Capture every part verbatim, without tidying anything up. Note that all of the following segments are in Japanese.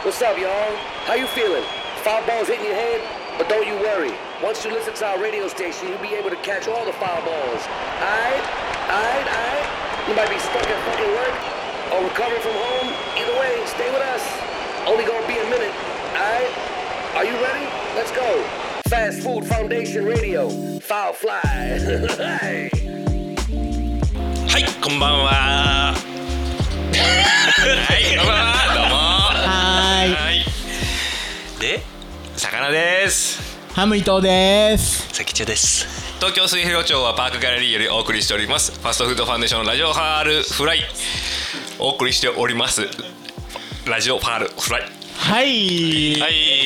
What's up, y'all? How you feeling? Foul balls hitting your head? But don't you worry. Once you listen to our radio station, you'll be able to catch all the foul balls. Aight? Aight? Aight? You might be stuck at fucking work or recovering from home. Either way, stay with us. Only gonna be a minute. Aight? Are you ready? Let's go. Fast Food Foundation Radio. Foul Fly. はい、こんばんは。はい、こんばんは。どうも。 はーい。 はい。で、魚です。 ハム伊藤です。 関中です。東京水平町はパークギャラリーよりお送りしておりますファストフードファンデーションラジオファールフライお送りしておりますラジオファールフライはい、 はい、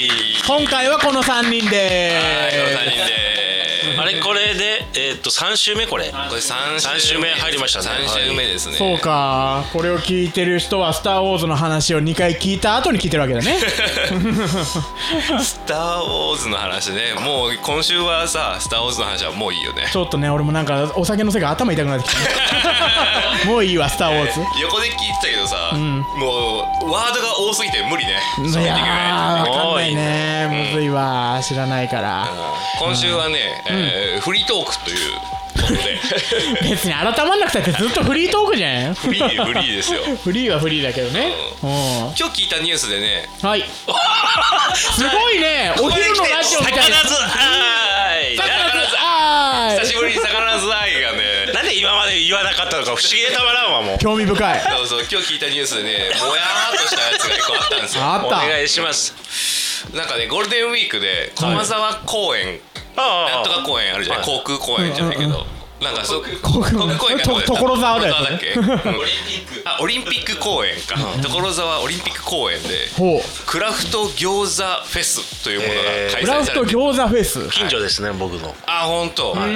今回はこのさんにんではいこのさんにんであれこれで、えー、っとさん週目これこれさん週目入りましたね。 さん週目ですね。 そうか、これを聞いてる人はスターウォーズの話をにかい聞いた後に聞いてるわけだねスターウォーズの話ね。もう今週はさスターウォーズの話はもういいよね。 ちょっとね、俺もなんかお酒のせいか頭痛くなってきたもういいわスターウォーズ、 横で聞いてたけどさ、うん、もうワードが多すぎて無理ね。 いやー分かんないね、むずいわ、知らないから、 うん、今週はね、うんえー、フリートークということで別に改まんなくたってずっとフリートークじゃんフリーフリーですよフリーはフリーだけどね、うん、 今日聞いたニュースでね、 はいすごいね、お昼のラジオみたいな魚ずあい魚ずあい久しぶりに魚ずあいがねなんで今まで言わなかったのか不思議でたまらんわ。もう興味深い。 そうそう、今日聞いたニュースでねもやーっとしたやつがいっこあったんですよ。 あった。 お願いします。 なんかねゴールデンウィークで駒沢公園、はい、なんとか公園あるじゃない、はい、航空公園じゃないけど、うんうんうん、なんかそう航空公園かと所沢だよね。あ、オリンピック公園か、うん、所沢オリンピック公園でクラフト餃子フェスというものが開催されて、 クラフト餃子フェス近所ですね、はい、僕の。 あ、本当、 はい、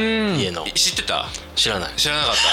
家の。 知ってた？ 知らない。 知らなかった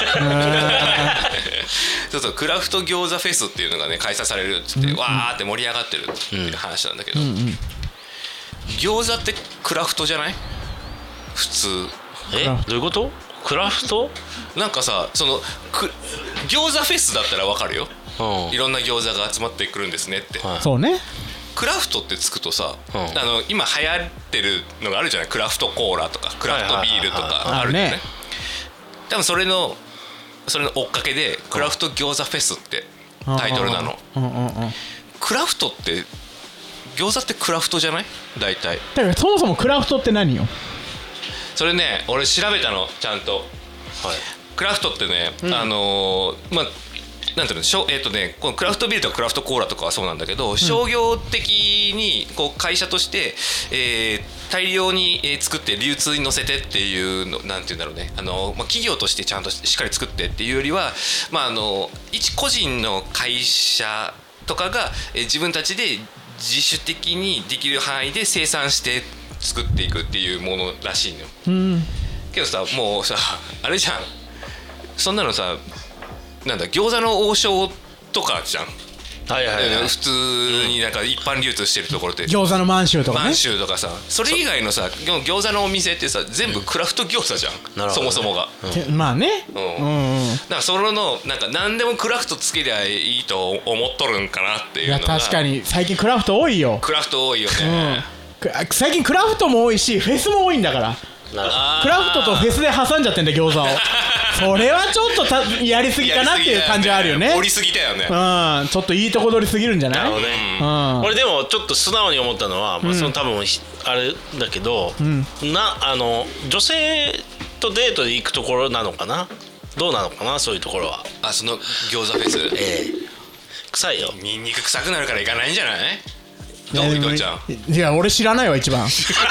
そうそう、クラフト餃子フェスっていうのがね開催されるっつって、うん、わーって盛り上がってるっていう話なんだけど、うんうん、餃子ってクラフトじゃない？普通。 え、どういうこと？クラフト？ なんかさ、そのく餃子フェスだったらわかるよ、うん、いろんな餃子が集まってくるんですねって、はい、 そうね。 クラフトってつくとさ、うん、あの今流行ってるのがあるじゃない、クラフトコーラとかクラフトビールとかあるよね。多分それのそれの追っかけでクラフト餃子フェスってタイトルなの。クラフトって餃子ってクラフトじゃない？大体。 だからそもそもクラフトって何よ？ それね、俺調べたのちゃんと、はい、クラフトってね、うん、あのー、まあなんていうの、えーとね、このクラフトビールとかクラフトコーラとかはそうなんだけど、うん、商業的にこう会社として、えー、大量に作って流通に乗せてっていうの、なんていうんだろうね、あの、まあ、企業としてちゃんとしっかり作ってっていうよりは、まあ、あの一個人の会社とかが、えー、自分たちで自主的にできる範囲で生産して作っていくっていうものらしいのよ、うん、けどさ、もうさあれじゃん、そんなのさ、なんだ餃子の王将とかじゃん、はいはいはい、普通になんか一般流通してるところって、 餃子の満州とかね、 満州とかさ、それ以外のさ餃子のお店ってさ全部クラフト餃子じゃん、うん、そもそもが、 うん、まあね、 うんうんうん、だからそれのなんか何でもクラフトつけりゃいいと思っとるんかなっていうのが。 いや確かに最近クラフト多いよ。 クラフト多いよね、 うん、最近クラフトも多いしフェスも多いんだから。クラフトとフェスで挟んじゃってんだ餃子をそれはちょっとたやりすぎかなっていう感じはあるよね。 折りすぎだよね、 うん、ちょっといいとこ取りすぎるんじゃない？ なるほどね、うん、俺でもちょっと素直に思ったのは、まあ、その多分あれだけど、うん、なあの女性とデートで行くところなのかな、どうなのかな、そういうところは。 あ、その餃子フェス、 ええ、臭いよ。 ニンニク臭くなるから行かないんじゃない？どう？伊藤ちゃん。 いや俺知らないわ一番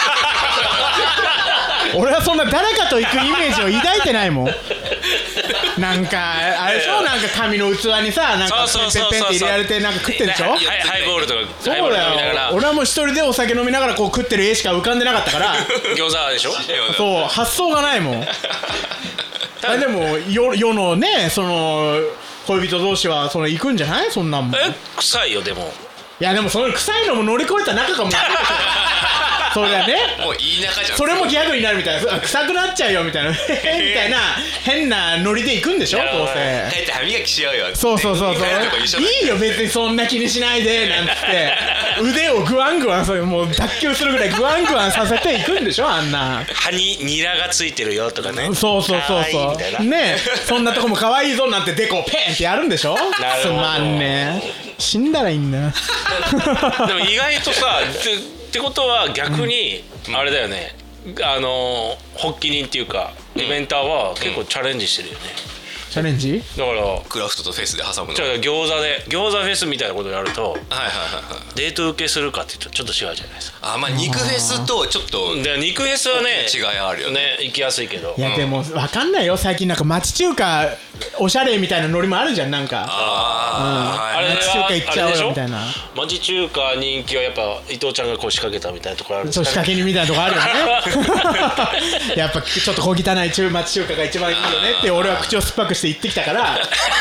俺はそんな誰かと行くイメージを抱いてないもんなんかあれでしょ、なんか紙の器にさ、なんかペンペンペンって入れられてなんか食ってるでしょ、 ハイボールとか。 そうだよ、俺はもう一人でお酒飲みながらこう食ってる絵しか浮かんでなかったから餃子でしょそう、発想がないもんあでも世世のね、その恋人同士はその行くんじゃない、そんなんも。 え、臭いよでも。 いやでもその臭いのも乗り越えた仲かもしれないそれはね、 もういい仲じゃん。 それもギャグになるみたいな、臭くなっちゃうよみたいなみたいな変なノリで行くんでしょ、どうせ。 帰って歯磨きしようよ。 そうそうそうそう、いいよ別にそんな気にしないでなんつって腕をグワングワンそういうもう脱臼するぐらいグワングワンさせていくんでしょあんな歯にニラがついてるよとかね。 そうそうそうそかわいいみたいなうねえそんなとこも可愛いぞなんてデコペンってやるんでしょなるほどつまんねえ死んだらいいんだよでも意外とさってってことは逆にあれだよね、あの発起人っていうかイベンターは結構チャレンジしてるよね。 チャレンジだからクラフトとフェスで挟むの。 じゃあ餃子で餃子フェスみたいなことやるとはいはいはいはいデート受けするかっていうとちょっと違うじゃないですか。 あまあ肉フェスとちょっとで肉フェスはね違いあるよね。 ね行きやすいけどいやでも分かんないよ最近なんか町中華おしゃれみたいなノリもあるじゃんなんかああれは町中華行っちゃおうあれでしょよみたいな町中華人気はやっぱ伊藤ちゃんがこう仕掛けたみたいなところあるんですそうかね。 仕掛け人みたいなとこあるよねやっぱちょっと小汚い中町中華が一番いいよねって俺は口を酸っぱくして言ってきたから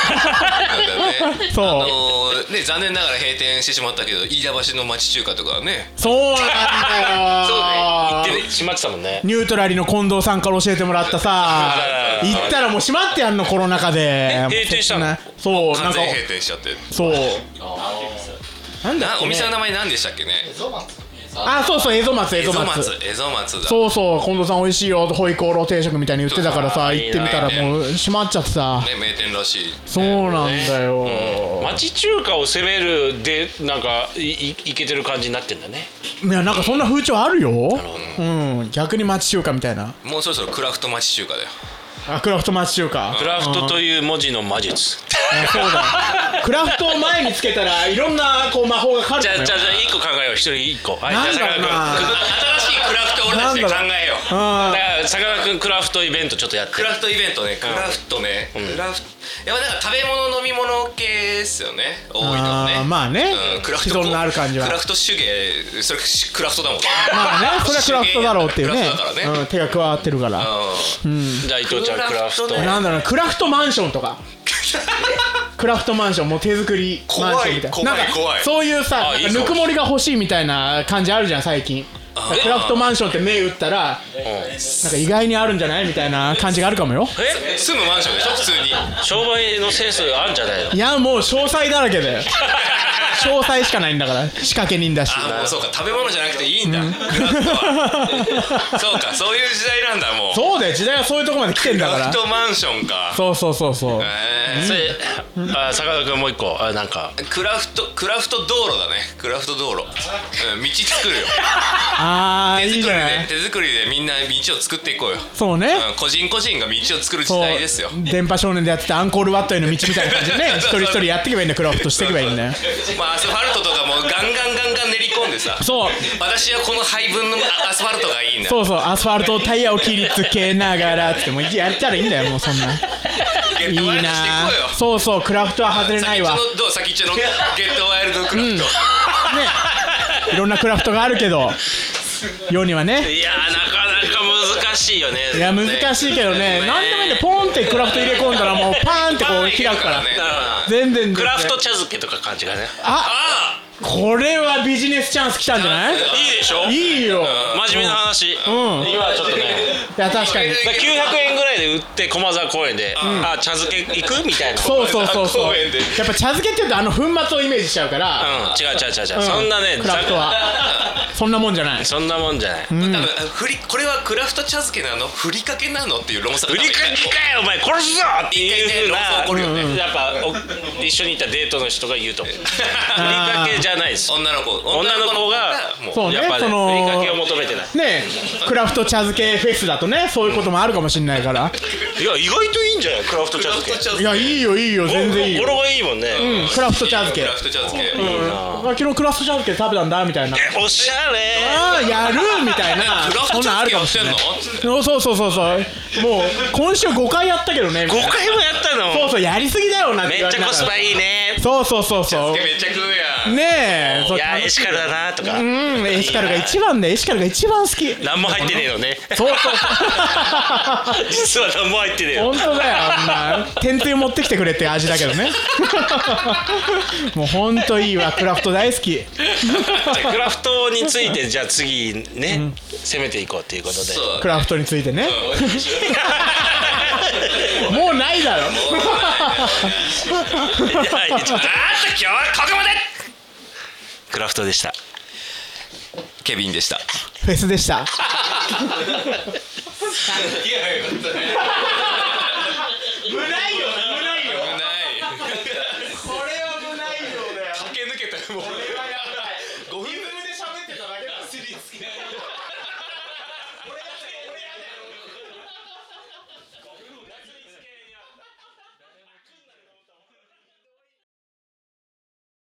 そうあのーね残念ながら閉店してしまったけど飯田橋の町中華とかはねそうなんだよそうね行ってしまってたもんね。 ニュートラリの近藤さんから教えてもらったさ行ったらもう閉まってやんのコロナ禍で閉店したのそうなんか完全閉店しちゃってそうなんだっけねなお店の名前何でしたっけね。 あそうそう蝦夷松蝦夷蝦夷松松蝦夷松だ。 そうそう近藤さん美味しいよホイコーロー定食みたいに言ってたからさそう行ってみたらもう閉まっちゃってさね名店らしい。 そうなんだよ町中華を攻めるでなんかいいいけてる感じになってんだね。 いやなんかそんな風潮あるようん逆に町中華みたいなもうそろそろクラフト町中華だよ。 あクラフト町中華クラフトという文字の魔術。 あそうだクラフトを前につけたらいろんなこう魔法がかかるじゃあのよじゃあじゃあ一個考えよう一人一個。はいなんだろうなじゃあ新しいクラフト俺たちで考えよう。 坂あ田君だから坂田君クラフトイベントちょっとやってクラフトイベントねクラフトね、クラフトやっぱなんか食べ物飲み物系ですよね多いのね。 あーまあねうん、クラフト既存のある感じはクラフト手芸それクラフトだもんね。 まあねそれはクラフトだろうっていうねクラフトだからねうん手が加わってるからうんじゃあ伊藤ちゃんクラフトクラフトねなんだろうクラフトマンションとかクラフトマンションもう手作りマンションみたいな怖いなんか怖いそういうさあいいなんかぬくもりが欲しいみたいな感じあるじゃん最近クラフトマンションって目打ったらなんか意外にあるんじゃないみたいな感じがあるかもよえ住むマンションでしょ普通に。 商売のセンスあるんじゃないの。 いやもう詳細だらけだよ詳細しかないんだから仕掛け人だしあもうそうか食べ物じゃなくていいんだ、クラフトはそうかそういう時代なんだもう。 そうだよ時代はそういうとこまで来てんだかクラらフトマンションか。 そうそうそうそうえーそれあ坂田君もう一個あなんかクラフトクラフト道路だねクラフト道路、うん、道作るよあー手作りいいじゃないで手作りでみんな道を作っていこうよ、 そうねうん、個人個人が道を作る時そう代ですよ。 電波少年でやってたアンコールワットへの道みたいな感じでね一人一人やっていけばいいんだよクラフトしていけばいいんだよまあアスファルトとかもガンガンガンガン練り込んでさそう私はこの配分のアスファルトがいいんだ。 そうそうアスファルトタイヤを切りつけながらってもうやったらいいんだよもうそんないいゲットワイルドしていこなうよ。 そうそうクラフトは外れないわね先っちょのどう先っちょのゲットワイルドクラフト、 いろんなクラフトがあるけど世にはねいやーなかなか難しいよね。 いや難しいけどねね何でもいいんだよポンってクラフト入れ込んだらもうパーンってこう開くからね全然全然クラフト茶漬けとか感じがねあこれはビジネスチャンス来たんじゃないいいでしょ。 いいよ真面目な話、 ん今ちょっとねいや確かにだからきゅうひゃくえんぐらいで売って駒沢公園で、あ茶漬け行くみたいな。 そうそうそうそう公園でやっぱ茶漬けって言うとあの粉末をイメージしちゃうからうん違う違う違う違う、 うんそんなねクラフトはそんなもんじゃないそんなもんじゃない、 多分ふりこれはクラフト茶漬けなのふりかけなのっていう論争が売りかけかよお前殺すぞっていうふうな、 一回ね論争起こるよねやっぱお一緒に行ったデートの人が言うと思うふりかけじゃないです。 女の子女の子がもうそうねやっぱねそのふりかけを求めてない。 ねえクラフト茶漬けフェスだとねそういうこともあるかもしれないからいや意外といいんじゃないクラフト茶漬け。 いやいいよいいよ全然いいよ語呂がいいもんね、 うんクラフト茶漬けクラフト茶漬け、 うんあ昨日クラフト茶漬け食べたんだみたいなおしゃれああやるみたいなクラフトそんなんあ茶るかも漬けやっしてれんのないそうそうそうそうもう今週ごかいやったけどねごかいもやったの。 そうそうやりすぎだよなってめっち言われながらゃコスパいいね。 そうそうそうそうめっちゃ食うやん。 ねえそういやエシカルだなとか、 うんエシカルが一番でエシカルが一番好き何も入ってねえのね。 そうそう実は何も入ってねえよ。 本当だよあんな天つゆ持ってきてくれって味だけどねもう本当いいわクラフト大好きじゃあクラフトについてじゃあ次ね、攻めていこうっていうことで。 そうクラフトについてねもうないだろいやちょっとあーっと今日はここまで。 クラフトでした。 ケビンでした。 フェスでした。 いやよかったね。 無ないよ無ないよ。 無ない。 これは無ないよだよ。 駆け抜けたよもう。 これはやばい。ごふんで喋ってただけだ。